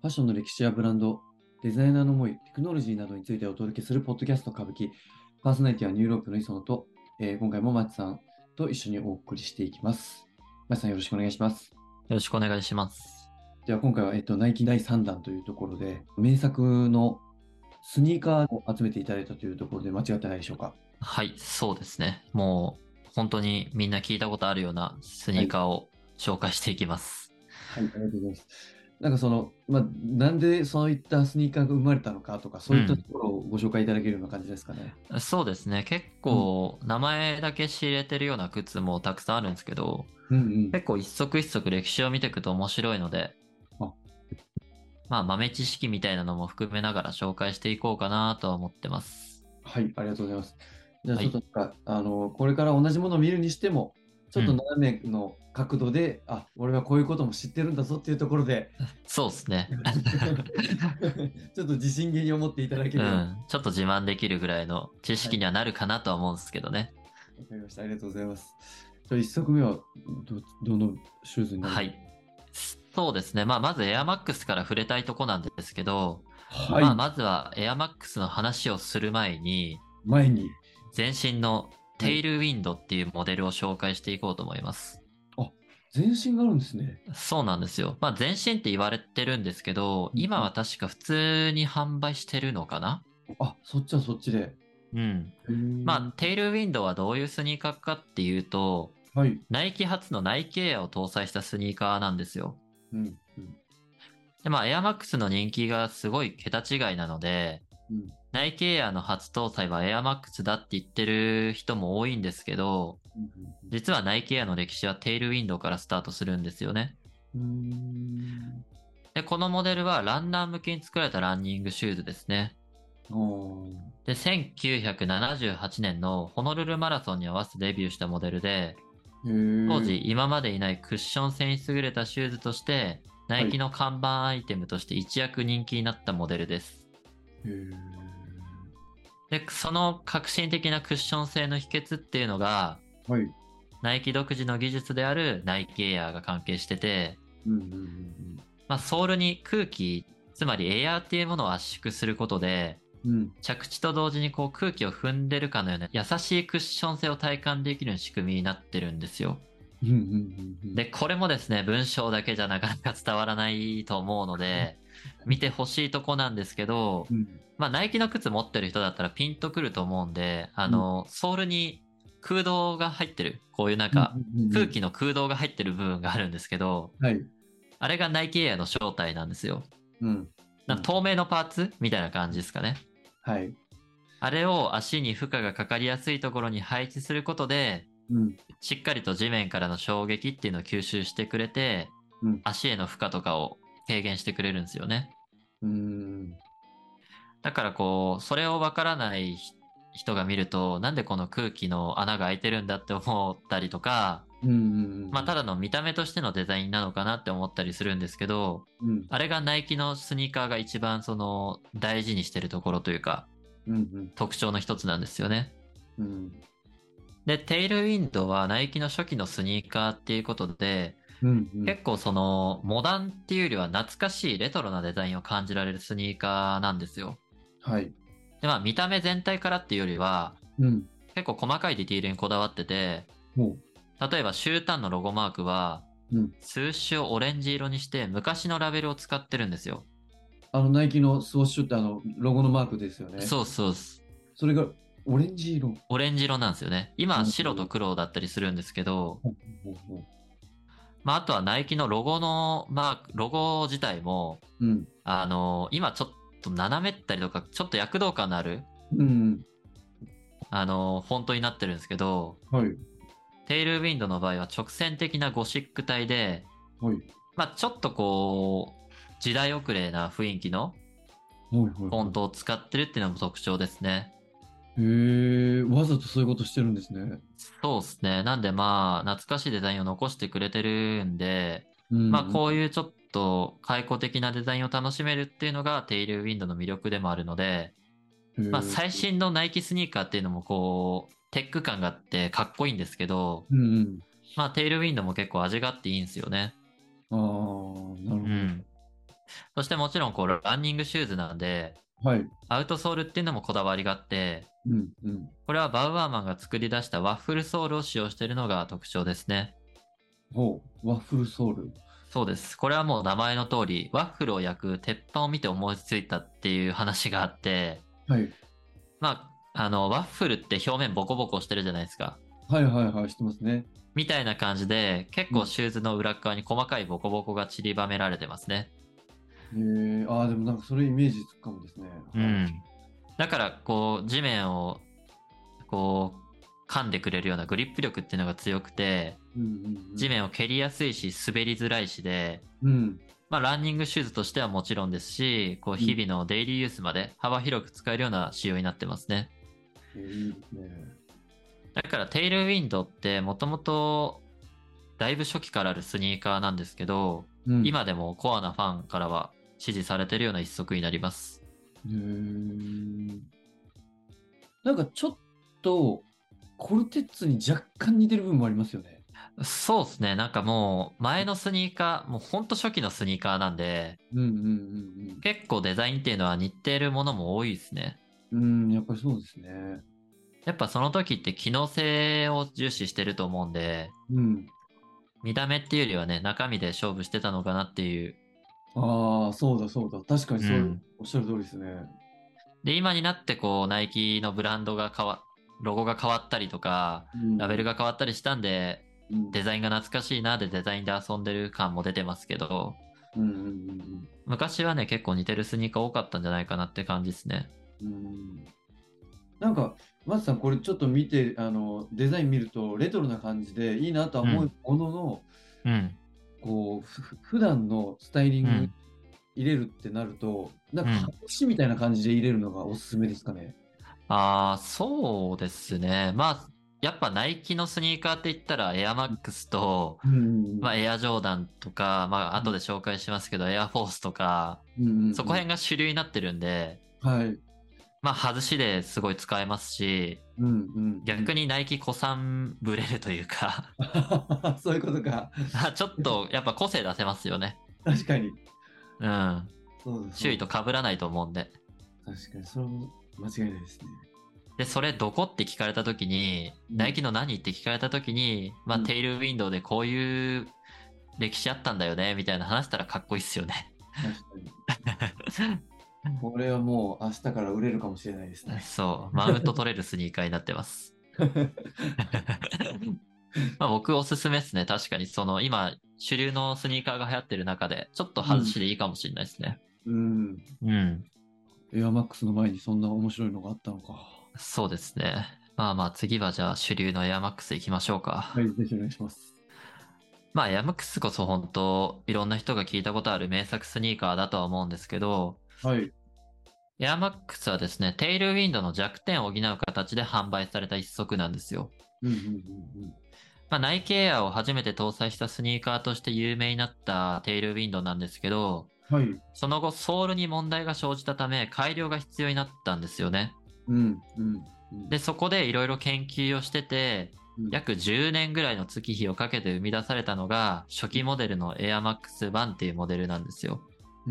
ファッションの歴史やブランド、デザイナーの思い、テクノロジーなどについてお届けするポッドキャスト歌舞伎、パーソナリティはニューロープの磯野と、今回も松さんと一緒にお送りしていきます。松さんよろしくお願いします。 よろしくお願いします。 では今回は、ナイキ第3弾というところで、名作のスニーカーを集めていただいたというところで間違ってないでしょうか。 はい、そうですね。もう、本当にみんな聞いたことあるようなスはい。 ニーカーを紹介していきます。 はい、ありがとうございます。なんでそういったスニーカーが生まれたのかとか、そういったとうん。 ころをご紹介いただけるような感じですかね。 そうですね。結うん。 構、名前だけ知れてるような靴もたくさんあるんですけど、 うんうん。 結構一足一足歴史を見ていくと面白いので、 あ、 まあ豆知識みたいなのも含めながら紹介していこうかなとは思ってます。 はい、ありがとうございます。じゃあはい。 ちょっとこれから同じものを見るにしても、ちょっとうん。 斜めの角度で、あ、俺はこういうことも知ってるんだぞっていうところで、 そうですね。 ちょっと自信げに思っていただけるような。 うん。ちょっと自慢できるぐらいの知はい、 識にはなるかなとは思うんですけどね。 わかりました。ありがとうございます。じゃあ一足目はどのシューズになるんですか？ はい。そうですね。まあ、まずエアマックスから触れたいとこなんですけど、まあ、 はい。 まずはエアマックスの話をする前に、 前に。 前身のはい。 テイルウィンドっていうモデルを紹介していこうと思います。 あ、全身があるんですね。 そうなんですよ。まあ、前身って言われてるんですけど、今は確か普通に販売してるのかな。 あ、そっちはそっちで。 うん。 へー。 まあ、テイルウィンドはどういうスニーカーかっていうと、 はい。 ナイキ発のナイキエアを搭載したスニーカーなんですよ。 うん。うん。 で、まあ、エアマックスの人気がすごい桁違いなので、 うん。 ナイキエアの初搭載はエアマックスだって言ってる人も多いんですけど、 うん。 実はナイキエアの歴史はテールウィンドウからスタートするんですよね。 うん。うん。 で、このモデルはランナー向けに作られたランニングシューズですね。 ああ。 で、1978年のホノルルマラソンに合わせてデビューしたモデルで、 へ当え。 時今までいないクッション性に優れたシューズとして、ナはい。 イキの看板アイテムとして一躍人気になったモデルです。 へえ。 で、その革新的なクッション性の秘訣っていうのが、 はい。 ナイキ独自の技術であるナイキエアが関係してて、 うんうんうんまあ、ソールに空気、つまりエアーっていうものを圧縮することで、 うん。うん。 着地と同時にこう空気を踏んでるかのような優しいクッション性を体感できる仕組みになってるんですよ。 うんうんうんで、これもですね、文章だけじゃなかなか伝わらないと思うので、見てほしいとこなんですけど、 うん。 まあ、ナイキの靴持ってる人だったらピンとくると思うんで、 うん。 ソールに空洞が入ってる。こういうなんうんか、 うんうん。 空気の空洞が入ってる部分があるんですけど、 はい。 あれがナイキエアの正体なんですよ。 うん。うん。 なんか透明のパーツみたいな感じですかね。 はい。 あれを足に負荷がかかりやすいところに配置することで、 うん。 しっかりと地面からの衝撃っていうのを吸収してくれて、 うん。 足への負荷とかを軽減してくれるんですよね。 うん。 だからこう、それをわからない人が見ると、なんでこの空気の穴が開いてるんだって思ったりとか、 うんうんまあただの見た目としてのデザインなのかなって思ったりするんですけど、 うん。 あれがナイキのスニーカーが一番その大事にしてるところというか、 うん。 特徴の一つなんですよね。 うん。 で、テイルウィンドはナイキの初期のスニーカーっていうことで、 うん。うん。 結構そのモダンっていうよりは懐かしいレトロなデザインを感じられるスニーカーなんですよ。 はい。 で、まあ見た目全体からっていうよりは、 うん。 結構細かいディティールにこだわってて、 も例えばシュータンのロゴマークは、 う。うん。 数種をオレンジ色にして昔のラベルを使ってるんですよ。 ナイキのスウォッシュってロゴのマークですよね。 そうそうです。 それがオレンジ色。 オレンジ色なんですよね。今はうん。 白と黒だったりするんですけど、 ほうほうほう。 まああとはナイキのロゴのマーク、ロゴ自体も、 うん。 今ちょっと斜めったりとか、ちょっと躍動感のある、 うん。 フォントになってるんですけど、 はい。 テールウィンドの場合は直線的なゴシック体で、 はい。 まあちょっとこう、時代遅れな雰囲気のはいはいはフォントを使ってるっていうのも特徴ですね。 い。へえ、わざとそういうことしてるんですね。 そうですね。なんでまあ、懐かしいデザインを残してくれてるんで、まあうんこういうちょっと開放的なデザインを楽しめるっていうのがテールウィンドの魅力でもあるので、 うん。 まあへえ。 最新のナイキスニーカーっていうのもこう、テック感があってかっこいいんですけど、 うんうん。 まあテールウィンドも結構味があっていいんですよね。 ああ、なるほど。 うん。 そしてもちろんこうランニングシューズなんで、 はい。 アウトソールっていうのもこだわりがあって、 うん、うん。 これはバウアーマンが作り出したワッフルソールを使用しているのが特徴ですね。 ほう、ワッフルソウル。 そうです。これはもう名前の通り、ワッフルを焼く鉄板を見て思いついたっていう話があって、 はい。 ワッフルって表面ボコボコしてるじゃないですか。 はいはいはい、してますね。 みたいな感じで、結うん。 構シューズの裏側に細かいボコボコが散りばめられてますね。 ああ、でもなんかそれイメージつくかもですね。はい。 うん。だから、こう、地面を、こう、噛んでくれるようなグリップ力っていうのが強くて、 うん地面を蹴りやすいし、滑りづらいしで、 うんうん。うん。 ランニングシューズとしてはもちろんですし、こう、 うん。 日々のデイリーユースまで幅広く使えるような仕様になってますね。 いいですね。 だからテイルウィンドってもともとだいぶ初期からあるスニーカーなんですけど、 うん。 今でもコアなファンからは支持されているような一足になります。 なんかちょっと、コルテッツに若干似てる部分もありますよね。 そうですね。なんかもう前のスニーカー、もうほんと初期のスニーカーなんで、 うんうん結構デザインっていうのは似てるものも多いですね。 うんうん。うん、やっぱりそうですね。 やっぱその時って機能性を重視してると思うんで、 うん。 見た目っていうよりはね、中身で勝負してたのかなっていう。 ああ、そうだそうだ。確かにそう、 うん。 おっしゃる通りですね。 で、今になってこう、ナイキのブランドがロゴが変わったりとか、 うラベルん。 が変わったりしたんで、 うん。 デザインが懐かしいなでデザインで遊んでる感も出てますけど、 うん。 昔はね、結構似てるスニーカー多かったんじゃないかなって感じですね。 うん。なんか、松さん、これちょっと見て、デザイン見ると、レトロな感じでいいなとは思ううん。 ものの、 うん。 こう、普段のスタイリングうん。 入れるってなると、なんか、 うん。 白紙みたいな感じで入れるのがおすすめですかね。 ああ、そうですね。やっぱナイキのスニーカーって言ったらエアマックスと、 うん。 エアジョーダンとか、後で紹介しますけど、エアフォースとか、 うんそこうん。 辺が主流になってるんで、 はい。 外しですごい使えますし、 うん。 逆にナイキ古参ぶれるというかそういうことか。 ちょっとやっぱ個性出せますよね。 確かに。 うん。 そうだ、そうだ。 周囲と被らないと思うんで。 確かに、それも間違いないですね。 で、それどこって聞かれた時に、 うん。 ナイキの何って聞かれた時に、 うん。 テイルウィンドウでこういう歴史あったんだよね、みたいな話したらかっこいいっすよね。 確かに。これはもう明日から売れるかもしれないですね。 そう、マウント取れるスニーカーになってます。僕おすすめですね。確かに今主流のスニーカーが流行ってる中で、ちょっとうん。 外しでいいかもしれないですね。 うん。 うん。 エアマックスの前にそんな面白いのがあったのか。 そうですね。次はじゃあ主流のエアマックス行きましょうか。 はい、ぜひお願いします。 エアマックスこそ本当いろんな人が聞いたことある名作スニーカーだとは思うんですけど、 はい。 エアマックスはですね、テールウィンドの弱点を補う形で販売された一足なんですよ。 うん。 ナイキエアを初めて搭載したスニーカーとして有名になったテールウィンドなんですけど、 はい。 その後ソールに問題が生じたため改良が必要になったんですよね。で、そこでいろいろ研究をしてて、 うん。 約10年ぐらいの月日をかけて生み出されたのが初期モデルのエアマックス1っていうモデルなんですよ。 うん。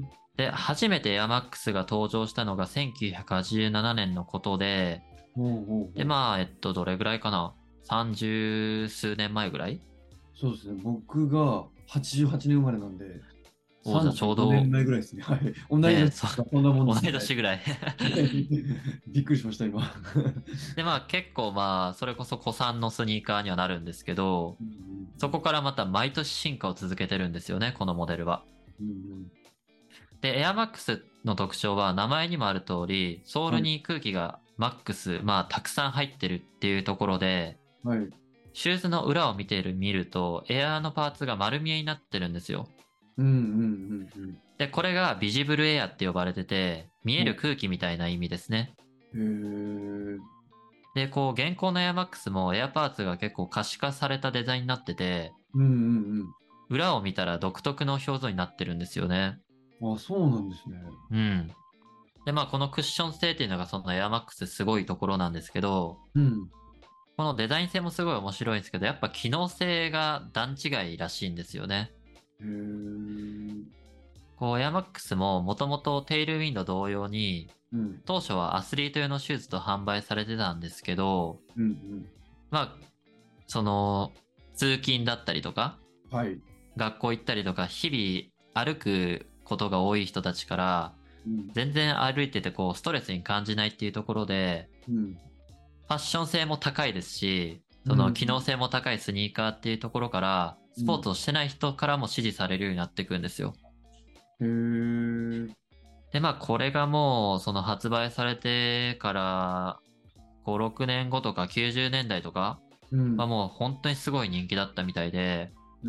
で、初めてエアマックスが登場したのが1987年のことで、で、 ほう。 どれぐらいかな？ 30 数年前ぐらい。 そうですね。僕が88年生まれなんで、 じゃあちょ 35 うど、 年前ぐらいですね。はい。同いね、 年がそんなもんで同すね。はい。 い年ぐらいびっくりしました、今。 で、結構それこそ古参のスニーカーにはなるんですけど、 うんそこからまた毎年進化を続けてるんですよね、このモデルは。 うんで、エアマックスの特徴は名前にもある通り、ソールはい。 に空気がマックス、たくさん入ってるっていうところで、 はい。 シューズの裏を見ると、エアーのパーツが丸見えになってるんですよ。で、これがビジブルエアって呼ばれてて、見える空気みたいな意味ですね。 へえ。 で、こう、現行のエアマックスもエアパーツが結構可視化されたデザインになってて、 うん。 裏を見たら独特の表情になってるんですよね。 あ、そうなんですね。 うん。で、このクッション性っていうのがそのエアマックスすごいところなんですけど、 うん。 このデザイン性もすごい面白いんですけど、やっぱ機能性が段違いらしいんですよね。 へー。 こう、エアマックスももともとテールウィンド同様に、 うん。 当初はアスリート用のシューズと販売されてたんですけど、 うんまあ、その、通勤だったりとか、 うん。はい。 学校行ったりとか、日々歩くことが多い人たちから、 うん。 全然歩いててこう、ストレスに感じないっていうところで、 うん。 ファッション性も高いですし、その機能うん性も高いスニーカーっていうところから、スポーうん。 ツをしてない人からも支持されるようになっていくんですよ。 へえ。 で、まあこれがもう、その発売されてから5、6年後とか90年代とかうん。 はもう本当にすごい人気だったみたいで、 うん。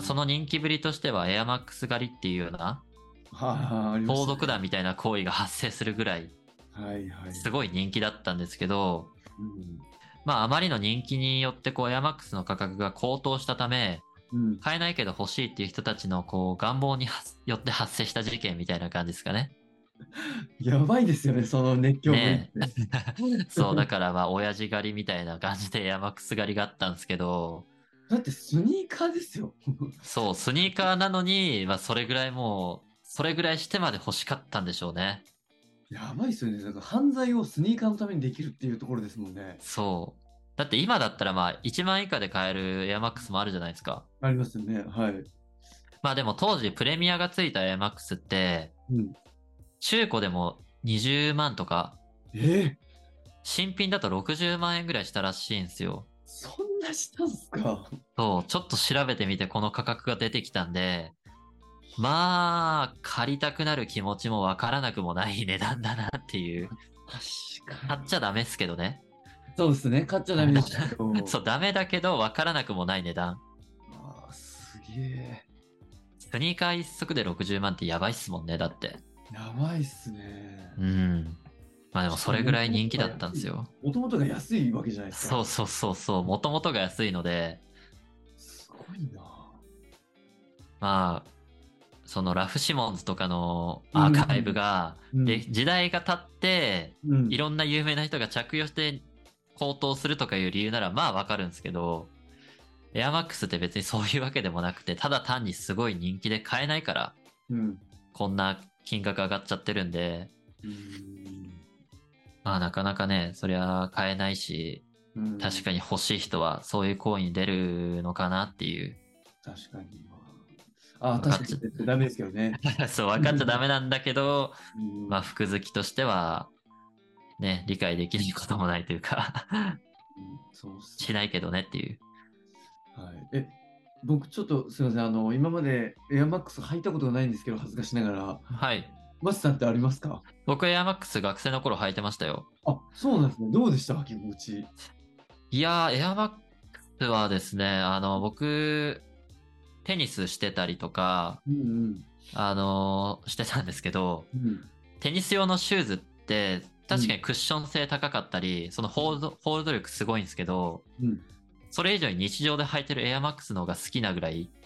まあその人気ぶりとしてはエアマックス狩りっていうようなはい、ありま盗したね。 賊団みたいな行為が発生するぐらいはいはいはい。 すごい人気だったんですけど、 うん。 まああまりの人気によってこうエアマックスの価格が高騰したため、 うん。 買えないけど欲しいっていう人たちのこう願望によって発生した事件みたいな感じですかね。 やばいですよね、その熱狂ぶりっねて。 え。そう、だからまあ親父狩りみたいな感じでエアマックス狩りがあったんですけど、 だってスニーカーですよ。 そう、スニーカーなのに、まあそれぐらいもう、それぐらいしてまで欲しかったんでしょうね。 やばいですよね。なんか犯罪をスニーカーのためにできるっていうところですもんね。 そう。だって今だったらまあ1万以下で買えるエアマックスもあるじゃないですか。 ありますよね。はい。 まあでも当時プレミアがついたエアマックスって、 うん。 中古でも20万とか、 えー、 新品だと60万円ぐらいしたらしいんですよ。 そんなしたんすか？ そう、ちょっと調べてみてこの価格が出てきたんで、まあ、借りたくなる気持ちもわからなくもない値段だなっていう。 確かに。 買っちゃダメっすけどね。 そうですね。買っちゃダメですけど。 そう、ダメだけどわからなくもない値段。 ああ、すげえ。 スニーカー一足で60万ってやばいっすもんね、だって。 やばいっすね。 うん。まあでもしかも、 それぐらい人気だったんですよ。 もともとが安いわけじゃないですか。 そうそうそうそう。もともとが安いので、 すごいな。 まあ、そのラフシモンズとかのうアーカイブん。 が、で、 うん。 時代が経って、 うん。 いろんな有名な人が着用して高騰するとかいう理由ならまあわかるんですけど、エアマックスって別にそういうわけでもなくて、ただ単にすごい人気で買えないから、 うん。 こんな金額上がっちゃってるんで、 うん。 まあなかなかね、そりゃ買えないし、 うん。 確かに欲しい人はそういう行為に出るのかなっていう。 確かに。ああ、 分かっち確かにダメですけどね。 ゃ、そう、分かっちゃダメなんだけど、 うん。 まあ服好きとしては、ね、理解できることもないというかそうっすね。 しないけどねっていう。 はい。僕ちょっとすみません。今までエアマックス履いたことがないんですけど、恥ずかしながら。 はい。 マスさんってありますか？ 僕エアマックス学生の頃履いてましたよ。 あ、そうなんですね。どうでした履き心地？ いやー、エアマックスはですね、僕、テニスしてたりとか、 うんしてたんですけど、 うん。うん。 テニス用のシューズって確かうんにクッション性高かったり、そのホールド力すごいんですけど、 うん。 それ以上に日常で履いてるエアマックスの方が好きなぐらい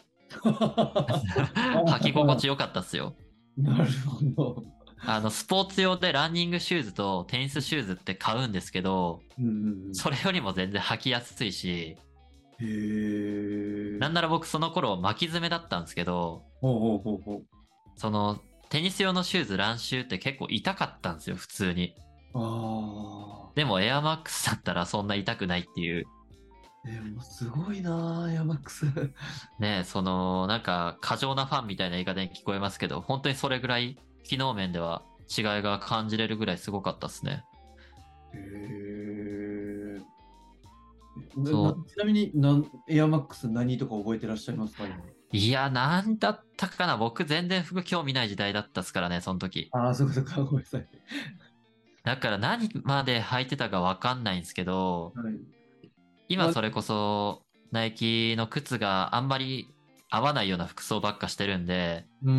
履き心地あ良かったっすよ。 なるほど。 スポーツ用でランニングシューズとテニスシューズって買うんですけど、 うんうんそれよりも全然履きやすいし、 うん。へえ。 なんなら僕その頃巻き爪だったんですけど、 ほうほうほうほう。 そのテニス用のシューズ、ランシューって結構痛かったんですよ、普通に。 あでもエアマックスだったらそんな痛くないっていう。 あ。もうすごいなあ、エアマックス。 ね、なんか過剰なファンみたいな言い方に聞こえますけど、本当にそれぐらい機能面では違いが感じれるぐらいすごかったですね。 へえ。 そちなみにエアマックス何とか覚えてらっしゃいますか、今？ う。いや、なんだったかな。僕全然服興味ない時代だったっすからね、その時。 ああ、そこそこ、ごめんなさい。 だから何まで履いてたかわかんないんですけど、 はい。まあ、 今それこそナイキの靴があんまり合わないような服装ばっかしてるんで、 うん。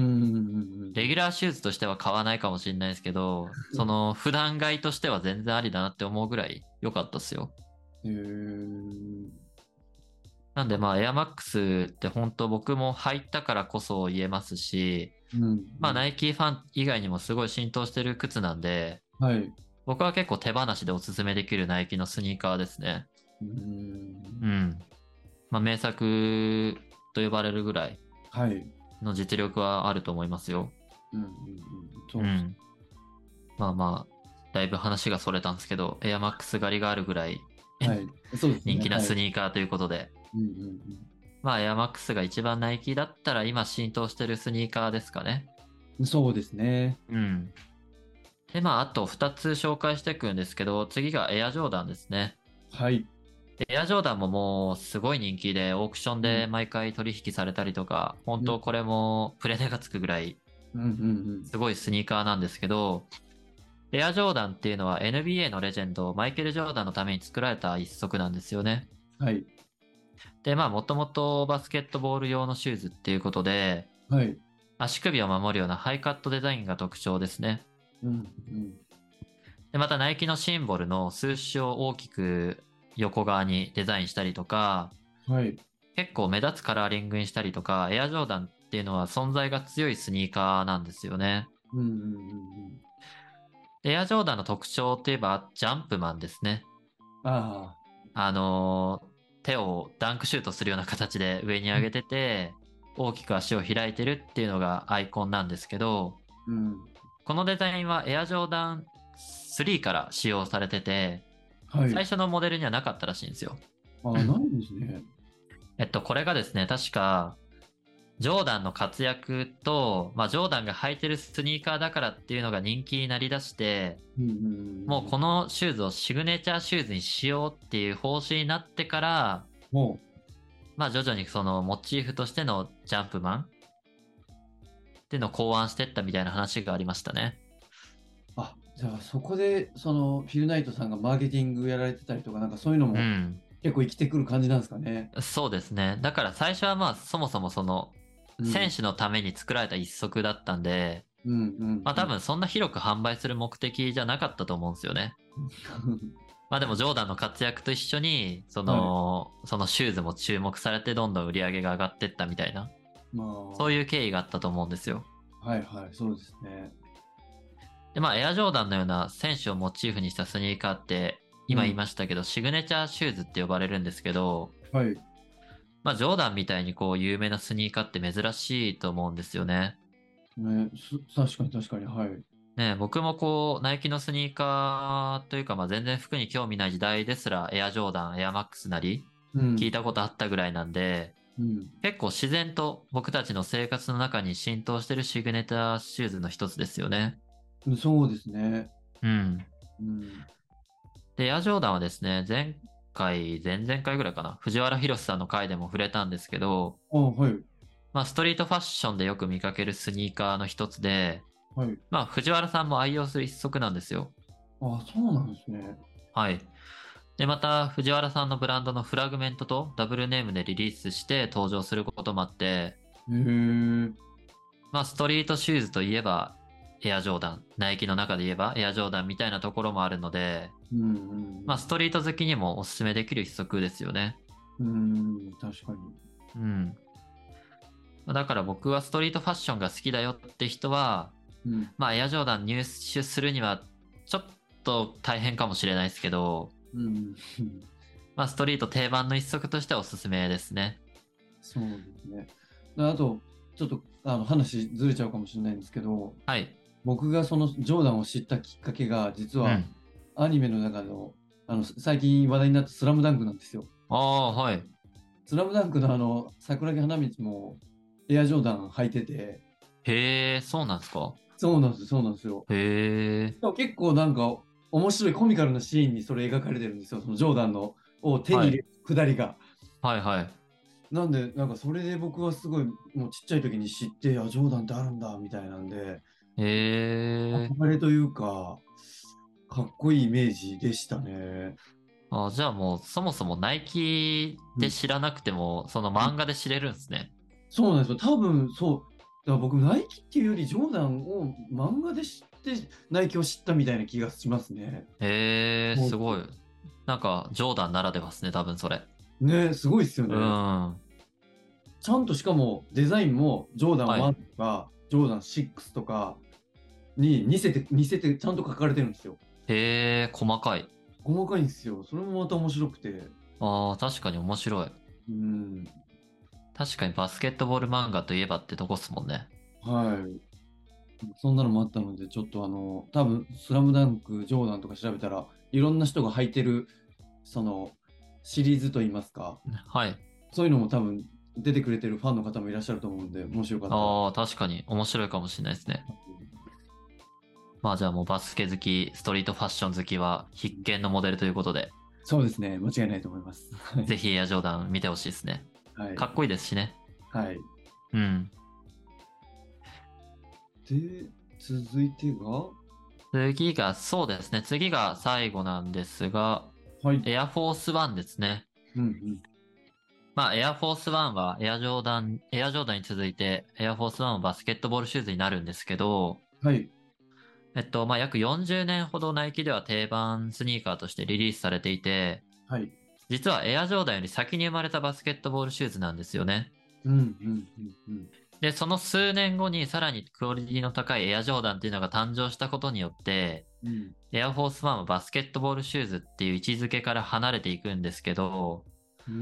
レギュラーシューズとしては買わないかもしれないですけど、その普段買いとしては全然ありだなって思うぐらい良かったっすよ。 へえ。 なんでまあエアマックスって本当僕も履いたからこそ言えますし、 うん。 まあナイキファン以外にもすごい浸透してる靴なんで、 はい。 僕は結構手放しでおすすめできるナイキのスニーカーですね。 うん。 うん。まあ名作と呼ばれるぐらいはい。 の実力はあると思いますよ。 うんうんうん。そうです。 うん。まあまあ、だいぶ話がそれたんですけど、エアマックス狩りがあるぐらいはい。そうですね。 人気なはい。 スニーカーということで、 うんうんまあエアマックスが一番ナイキだったら今浸透してるスニーカーですかね。 うん。そうですね。 うん。で、まああと2つ紹介していくんですけど、次がエアジョーダンですね。 はい。 エアジョーダンももうすごい人気で、オークションうん。 で毎回取引されたりとか、本うん当これもプレネがつくぐらいうんうんすごいスニーカーなんですけど、エアジョーダンっていうのは NBA のレジェンド、マイケル・ジョーダンのために作られた一足なんですよね。 うん。はい。 で、まあもともとバスケットボール用のシューズっていうことで、 はい。 足首を守るようなハイカットデザインが特徴ですね。 うんうんで、またナイキのシンボルの数詞を大きく横側にデザインしたりとか、 はい。 結構目立つカラーリングにしたりとか、エアジョーダンっていうのは存在が強いスニーカーなんですよね。 うんうんうんでエアジョーダンの特徴といえばジャンプマンですね。 うん。ああ。 手をダンクシュートするような形で上に上げてて、大きく足を開いてるっていうのがアイコンなんですけど、 うん。 このデザインはエアジョーダン3から使用されてて、 はい。 最初のモデルにはなかったらしいんですよ。 ああ、ないんですね。 これがですね、確か、ジョーダンの活躍と、まあ、ジョーダンが履いてるスニーカーだからっていうのが人気になりだして、 うんうんもうこのシューズをシグネチャーシューズにしようっていう方針になってから、 もまあ徐々にそのモチーフとしてのジャンプマンっていうのを考案してったみたいな話がありましたね。 う、あ、じゃあそこで、フィルナイトさんがマーケティングやられてたりとか、なんかそういうのもうん。 結構生きてくる感じなんですかね。 そうですね。だから最初はまあそもそもそのうん。 選手のために作られた一足だったんで、 うんうんまあうん。 多分そんな広く販売する目的じゃなかったと思うんですよね。まあでもジョーダンの活躍と一緒に、 はい。 そのシューズも注目されてどんどん売り上げが上がってったみたいな、 まそういうあ、 経緯があったと思うんですよ。 はいはい、そうですね。 で、まあエアジョーダンのような選手をモチーフにしたスニーカーって、今言いうん。 ましたけど、シグネチャーシューズって呼ばれるんですけど、 はい。 まあジョーダンみたいにこう有名なスニーカーって珍しいと思うんですよね。 ね、確かに確かに、はい。 ね、僕もこう、ナイキのスニーカーというか、まあ全然服に興味ない時代ですら、エアジョーダン、エアマックスなり、 うん。 聞いたことあったぐらいなんで、 うん。 結構自然と僕たちの生活の中に浸透してるシグネチャーシューズの一つですよね。 そうですね。 うん。 うん。 で、エアジョーダンはですね、前々回ぐらいかな、藤原宏さんの回でも触れたんですけど、 あ、はい。 まあストリートファッションでよく見かけるスニーカーの一つで、 はい。 まあ藤原さんも愛用する一足なんですよ。 あ、そうなんですね。 はい。で、また、藤原さんのブランドのフラグメントとダブルネームでリリースして登場することもあって、 へえ。 まあ、ストリートシューズといえば、エアジョーダン。ナイキの中で言えば、エアジョーダンみたいなところもあるので、 うんうんまあ、ストリート好きにもおすすめできる一足ですよね。 うん。うん、確かに。 うん。だから僕はストリートファッションが好きだよって人は、 うん。 まあ、エアジョーダン入手するには、ちょっと大変かもしれないですけど、 うん。 まあ、ストリート定番の一足としてはおすすめですね。 そうですね。あと、ちょっと話ずれちゃうかもしれないんですけど、 はい。 僕がそのジョーダンを知ったきっかけが、実はうん。 アニメの中の、最近話題になったスラムダンクなんですよ。 ああ、はい。 スラムダンクの桜木花道もエアジョーダン履いてて、 へえ、そうなんですか。 そうなんですよ、そうなんですよ。 へえ、 でも結構なんか面白いコミカルなシーンにそれ描かれてるんですよ、そのジョーダンのを手にはい。 入れるくだりが。 はいはい。 なんで、なんかそれで僕はすごいもうちっちゃい時に知って、あ、ジョーダンってあるんだみたいなんで、 へえ。 憧れというか、かっこいいイメージでしたね。 あ、じゃあもうそもそもナイキうん。 で知らなくても、その漫画で知れるんですね。 そうなんですよ。多分そう。だから僕、ナイキっていうより、ジョーダンを漫画で知って、ナイキを知ったみたいな気がしますね。 へえ、 もすごい。なんか、ジョーダンならではですね、多分それ。 うね、すごいですようね。 ん。 ちゃんとしかもデザインもジョーダンはい。 1とか、ジョーダン6とかに似せてちゃんと書かれてるんですよ。 へえ、細かい。 細かいんですよ。それもまた面白くて。 ああ、確かに面白い。 うん。 確かにバスケットボール漫画といえばってとこっすもんね。 はい。そんなのもあったので、ちょっと多分、スラムダンク、ジョーダンとか調べたら、いろんな人が履いてる、その、シリーズといいますか、 はい。 そういうのも多分、出てくれてるファンの方もいらっしゃると思うんで、もしよかったら。 ああ、確かに面白いかもしれないですね。まあじゃあもうバスケ好き、ストリートファッション好きは必見のモデルということで、 そうですね、間違いないと思います。はい。 ぜひエアジョーダン見てほしいですね。 はい。 かっこいいですしね。 はい。 うん。 で、続いてが、 次が、そうですね。次が最後なんですが、 はい。 エアフォースワンですね。 うん、 まあ、エアフォースワンはエアジョーダンに続いて、エアフォースワンはバスケットボールシューズになるんですけど、 うん。はい。 まあ、約40年ほどナイキでは定番スニーカーとしてリリースされていて、 はい。 実はエアジョーダンより先に生まれたバスケットボールシューズなんですよね。 うん、うん、うん、 で、その数年後にさらにクオリティの高いエアジョーダンっていうのが誕生したことによって、 うん。 エアフォースワンはバスケットボールシューズっていう位置づけから離れていくんですけど、 うん、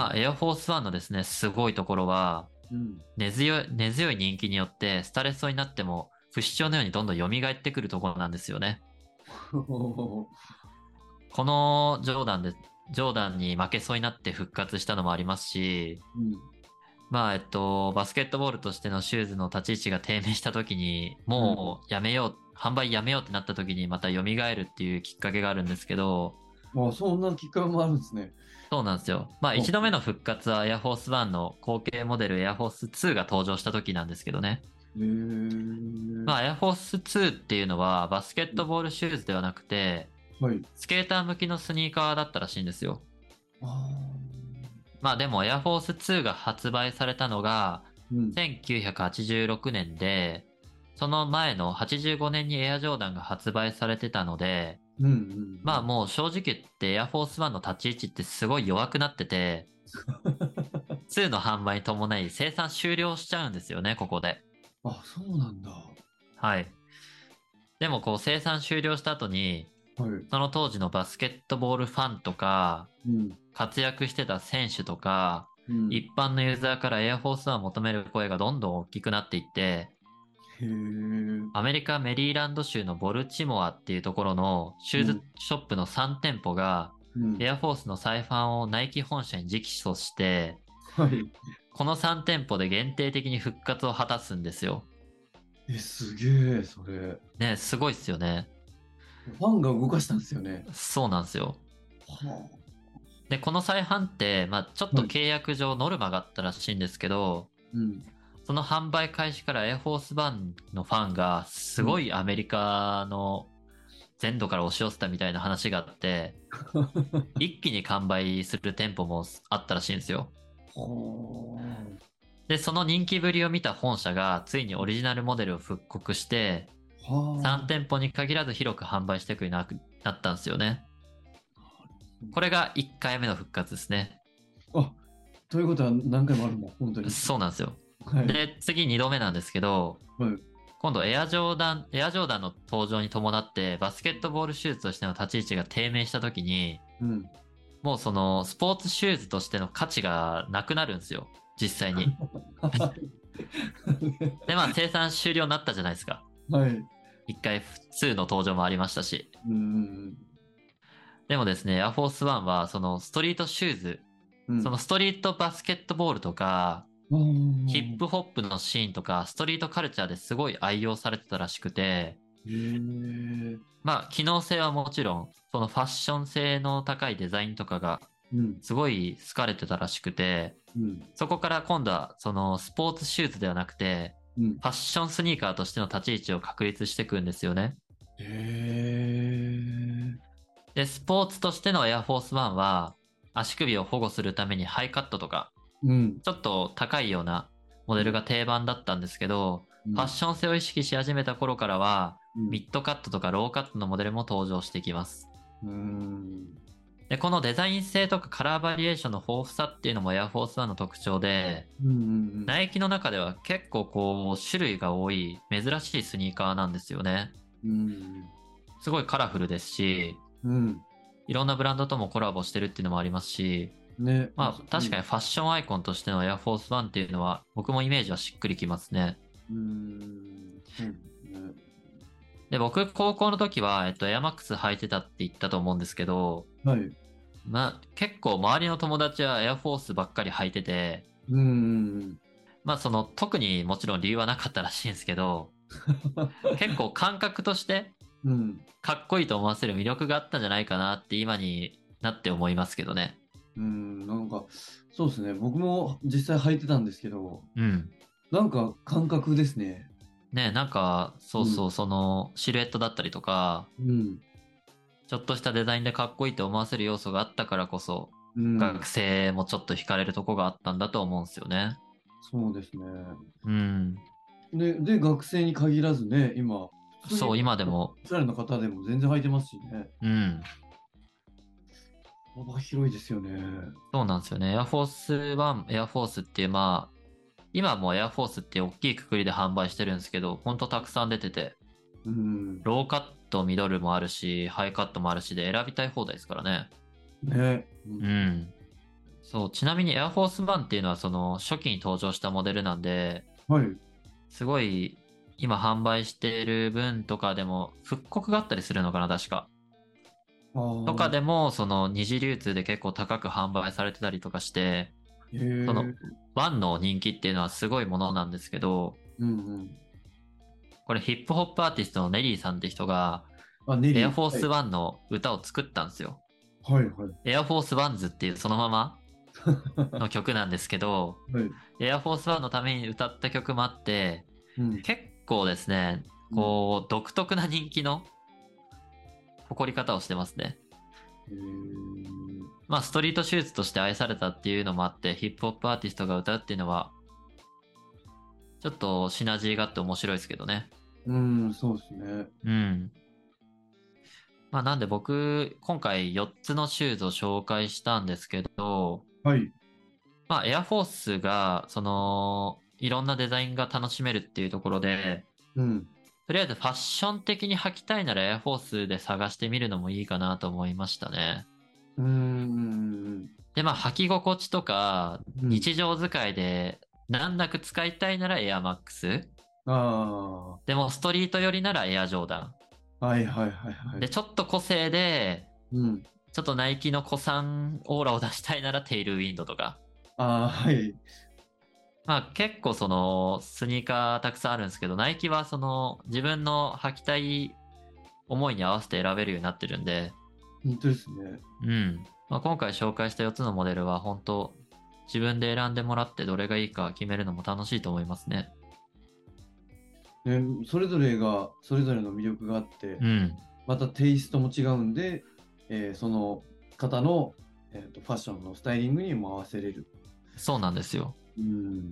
まあ、エアフォースワンのですね、すごいところは、 うん。 根強い人気によって、スタレストになっても、不死鳥のようにどんどん蘇ってくるところなんですよね。このジョーダンに負けそうになって復活したのもありますし、 うん、 まあ、バスケットボールとしてのシューズの立ち位置が低迷した時に、 うん。 もうやめよう、販売やめようってなった時にまた蘇るっていうきっかけがあるんですけど、 あ、そんなきっかけもあるんですね。 そうなんですよ。まあ、 あ、 一度目の復活はエアフォースワンの後継モデルエアフォース2が登場した時なんですけどね。 へえ。 まあ、エアフォース2っていうのはバスケットボールシューズではなくて、 はい。 スケーター向きのスニーカーだったらしいんですよ。 ああ。 まあでもエアフォース2が発売されたのがうん。 1986年で、その前の85年にエアジョーダンが発売されてたので、 うん、うん、うん。 まあもう正直言ってエアフォースワンの立ち位置ってすごい弱くなってて、2の販売に伴い生産終了しちゃうんですよね、ここで。 あ、そうなんだ。ははい。でもこう生産終了した後に、 い。 その当時のバスケットボールファンとか、 うん、 活躍してた選手とか、 うん。 一般のユーザーからエアフォースワンを求める声がどんどん大きくなっていって、 へえ。 アメリカメリーランド州のボルチモアっていうところのシューズうん、 ショップの3店舗が、 うん。 エアフォースの再販をナイキ本社に直訴して、 はい。 この3店舗で限定的に復活を果たすんですよ。 え、すげえ、それ。 ね、すごいっすよね。 ファンが動かしたんですよね。 そうなんですよ。 はで、この再販って、まあちょっあ。はい。 と契約上ノルマがあったらしいんですけど、 うん、 その販売開始からエアフォースワンのファンがすうん。 ごいアメリカの全土から押し寄せたみたいな話があって、一気に完売する店舗もあったらしいんですよ。 はで、その人気ぶりを見た本社がついにオリジナルモデルを復刻して、 あ。は 3店舗に限らず広く販売していくようになったんですよね。これが1回目の復活ですね。 あ。あ、ということは何回もあるんだ、本当に。 そうなんですよ。 はい。 で、次2度目なんですけど、 はい。 今度エアジョーダンの登場に伴ってバスケットボールシューズとしての立ち位置が低迷した時に、 うん。 もうそのスポーツシューズとしての価値がなくなるんですよ。実際に。で、まあ生産終了になったじゃないですか。 はい。 一回2の登場もありましたし。 うん。 でもですね、エアフォースワンはそのストリートシューズ、 うん。 そのストリートバスケットボールとか、 あヒップあ。 ホップのシーンとか、ストリートカルチャーですごい愛用されてたらしくて、 へえ。 まあ、機能性はもちろん、そのファッション性の高いデザインとかがうん。 すごい好かれてたらしくて、 うん。 そこから今度はそのスポーツシューズではなくて、 うん。 ファッションスニーカーとしての立ち位置を確立していくんですよね。 へえ。 で、スポーツとしてのエアフォースワンは、足首を保護するためにハイカットとか、 うん。 ちょっと高いようなモデルが定番だったんですけど、 うん。 ファッション性を意識し始めた頃からは、 うん。 ミッドカットとかローカットのモデルも登場してきます。 うん。 で、このデザイン性とかカラーバリエーションの豊富さっていうのもエアフォースワンの特徴で、 うん。 ナイキの中では結構こう種類が多い珍しいスニーカーなんですよね。 うん。 すごいカラフルですし、 うん。 いろんなブランドともコラボしてるっていうのもありますし、 ね。 まあ確かにファッションアイコンとしてのエアフォースワンっていうのは僕もイメージはしっくりきますね。 そうですね。 で、僕高校の時は、エアマックス履いてたって言ったと思うんですけど、 はい。 まあ結構周りの友達はエアフォースばっかり履いてて、 うん。 まあその特にもちろん理由はなかったらしいんですけど、結構感覚としてうん。 かっこいいと思わせる魅力があったんじゃないかなって今になって思いますけどね。 なんか、そうですね。僕も実際履いてたんですけど、 うん。 なんか感覚ですね。 ね、なんか、そううん。 そう、そのシルエットだったりとか、 うん。 ちょっとしたデザインでかっこいいと思わせる要素があったからこそ、 うん。 学生もちょっと惹かれるとこがあったんだと思うんですよね。 そうですね。 うん。 で、学生に限らずね、今、普通にそう、今でも、 おしゃれな方でも全然履いてますしね。 うん。 幅広いですよね。 そうなんですよね。エアフォースワン、エアフォースっていう、まあ、今もエアフォースっていう大きい括りで販売してるんですけど、ほんとたくさん出てて、 うん。 ローカット、ミドルもあるし、ハイカットもあるしで選びたい放題ですからね。 ね。 うん。そう、ちなみにエアフォースワンっていうのはその初期に登場したモデルなんで、 はい。 すごい今販売している分とかでも復刻があったりするのかな、確か。 あとかあ、 でもその二次流通で結構高く販売されてたりとかして、 へそのえ。 ワンの人気っていうのはすごいものなんですけど、 うんうん。 これヒップホップアーティストのネリーさんって人があ、ネリー。 エアフォーはい。 スワンの歌を作ったんですよ。 はいはい。 エアフォースワンズっていうそのままの曲なんですけど、 はい。 エアフォースワンのために歌った曲もあって、 うん。 結構ですね、 うん。 こう、独特な人気の誇り方をしてますね。 へえ。 まあ、ストリートシューズとして愛されたっていうのもあって、ヒップホップアーティストが歌うっていうのは、ちょっとシナジーがあって面白いですけどね。 うん、そうですね。 うん。まあ、なんで僕、今回4つのシューズを紹介したんですけど、 はい。 まあ、エアフォースが、その、いろんなデザインが楽しめるっていうところで、 うん。 とりあえずファッション的に履きたいならエアフォースで探してみるのもいいかなと思いましたね。 うん。 で、まあ履き心地とかうん。 日常使いで難なく使いたいならエアマックス。 あでもストリート寄りならエアジョーダン。 あ、はいはいはいはで、 い。 ちょっと個性で、 うん。 ちょっとナイキの古参オーラを出したいならテイルウィンドとか。 ああ、はい。 まあ結構そのスニーカーたくさんあるんですけど、ナイキはその自分の履きたい思いに合わせて選べるようになってるんで、 本当ですね。 うん。まあ、今回紹介した4つのモデルは本当自分で選んでもらってどれがいいか決めるのも楽しいと思いますね。 ね、それぞれが、それぞれの魅力があって、 うん。 またテイストも違うんで、その方の、ファッションのスタイリングにも合わせれる。 そうなんですよ。 うん。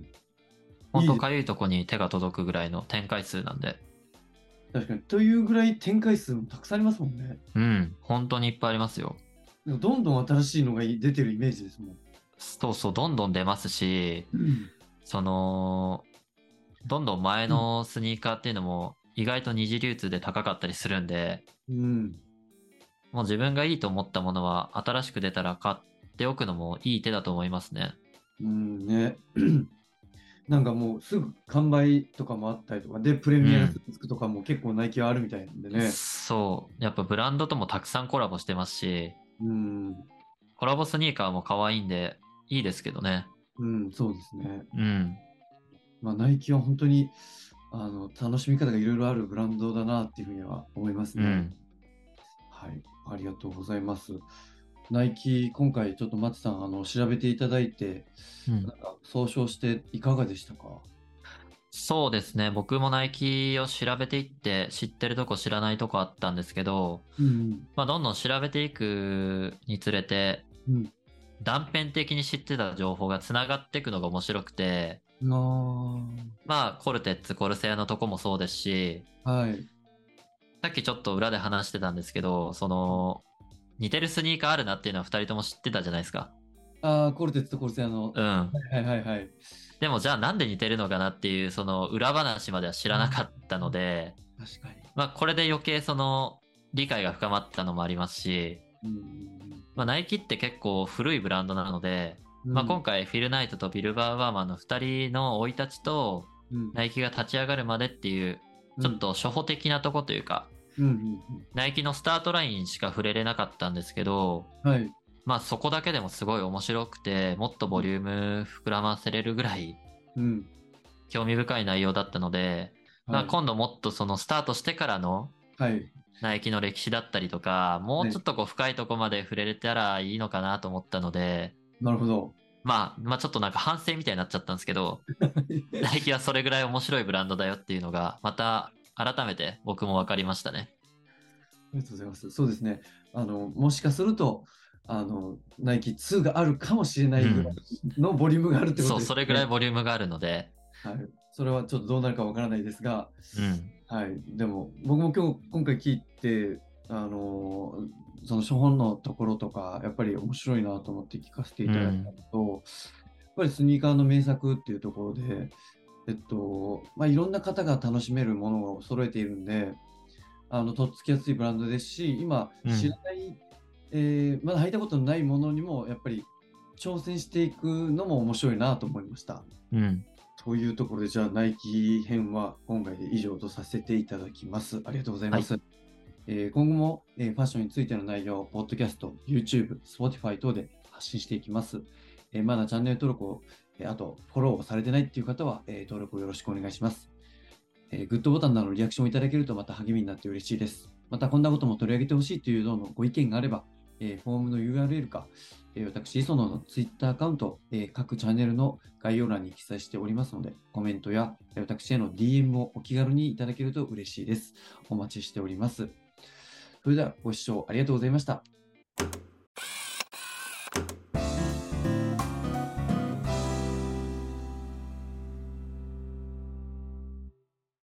本当いいです。 かゆいとこに手が届くぐらいの展開数なんで。 確かに。というぐらい展開数もたくさんありますもんね。 うん。本当にいっぱいありますよ。 でもどんどん新しいのが出てるイメージですもん。 そうそう、どんどん出ますし、 うん。 その、どんどん前うん。 のスニーカーっていうのも意外と二次流通で高かったりするんで、 うん。 もう自分がいいと思ったものは新しく出たら買っておくのもいい手だと思いますね。 うんね。なんかもうすぐ完売とかもあったりとか、で、プレミアがすうん。 ぐつくとかも結構ナイキはあるみたいなんでね。 そう。やっぱブランドともたくさんコラボしてますし、 うん。 コラボスニーカーも可愛いんで、いいですけどね。 うん、そうですね。 うん。 まあ、ナイキは本当に楽しみ方がいろいろあるブランドだなっていうふうには思いますね。 うん。 はい、ありがとうございます。ナイキ、今回ちょっと松さん、調べていただいて、 うん。 なんか総称していかがでしたか？ そうですね。僕もナイキを調べていって、知ってるとこ知らないとこあったんですけど、 うん、 まあ、どんどん調べていくにつれて、 うん。 断片的に知ってた情報がつながっていくのが面白くて、まあ、コルテッツ、コルセアのとこもそうですし、 はい。 さっきちょっと裏で話してたんですけど、その、似てるスニーカーあるなっていうのは二人とも知ってたじゃないですか。 ああ、コルテッツとコルセアの。 うん。 はいはいはいはい。 でもじゃあなんで似てるのかなっていう、その裏話までは知らなかったので、 確かに。 まあこれで余計その理解が深まったのもありますし、 うん、 まあ、ナイキって結構古いブランドなので、まあ、今回フィル・ナイトとビル・バーバーマンの2人の生い立ちと、ナイキが立ち上がるまでっていう、ちょっと初歩的なとこというか、ナイキのスタートラインしか触れれなかったんですけど、 はい。 まあそこだけでもすごい面白くて、もっとボリューム膨らませれるぐらい、興味深い内容だったので、まあ今度もっとそのスタートしてからの、ナイキの歴史だったりとか、もうちょっとこう深いとこまで触れれたらいいのかなと思ったので、 なるほど。 まあちょっとなんか反省みたいになっちゃったんですけど、ナイキはそれぐらい面白いブランドだよっていうのが、また改めて僕も分かりましたね。 ありがとうございます。そうですね。もしかすると、ナイキ2があるかもしれないぐらいのボリュームがあるってことですね。 そう、それぐらいボリュームがあるので。 はい。それはちょっとどうなるかわからないですが、はい。でも、僕も今回聞いて、その初本のところとか、やっぱり面白いなと思って聞かせていただいたのと、やっぱりスニーカーの名作っていうところで、まあ、いろんな方が楽しめるものを揃えているんで、とっつきやすいブランドですし、今、知らない、まだ履いたことのないものにも、やっぱり挑戦していくのも面白いなと思いました。というところで、じゃあ、ナイキ編は今回で以上とさせていただきます。ありがとうございます。はい、今後も、ファッションについての内容を、ポッドキャスト、YouTube、Spotify 等で発信していきます。まだチャンネル登録を、あとフォローをされてないっていう方は、登録をよろしくお願いします。グッドボタンなどのリアクションをいただけるとまた励みになって嬉しいです。またこんなことも取り上げてほしいというようなご意見があれば、フォームの URL か、私、磯野の Twitter アカウント、各チャンネルの概要欄に記載しておりますので、コメントや私への DM をお気軽にいただけると嬉しいです。お待ちしております。それではご視聴ありがとうございました。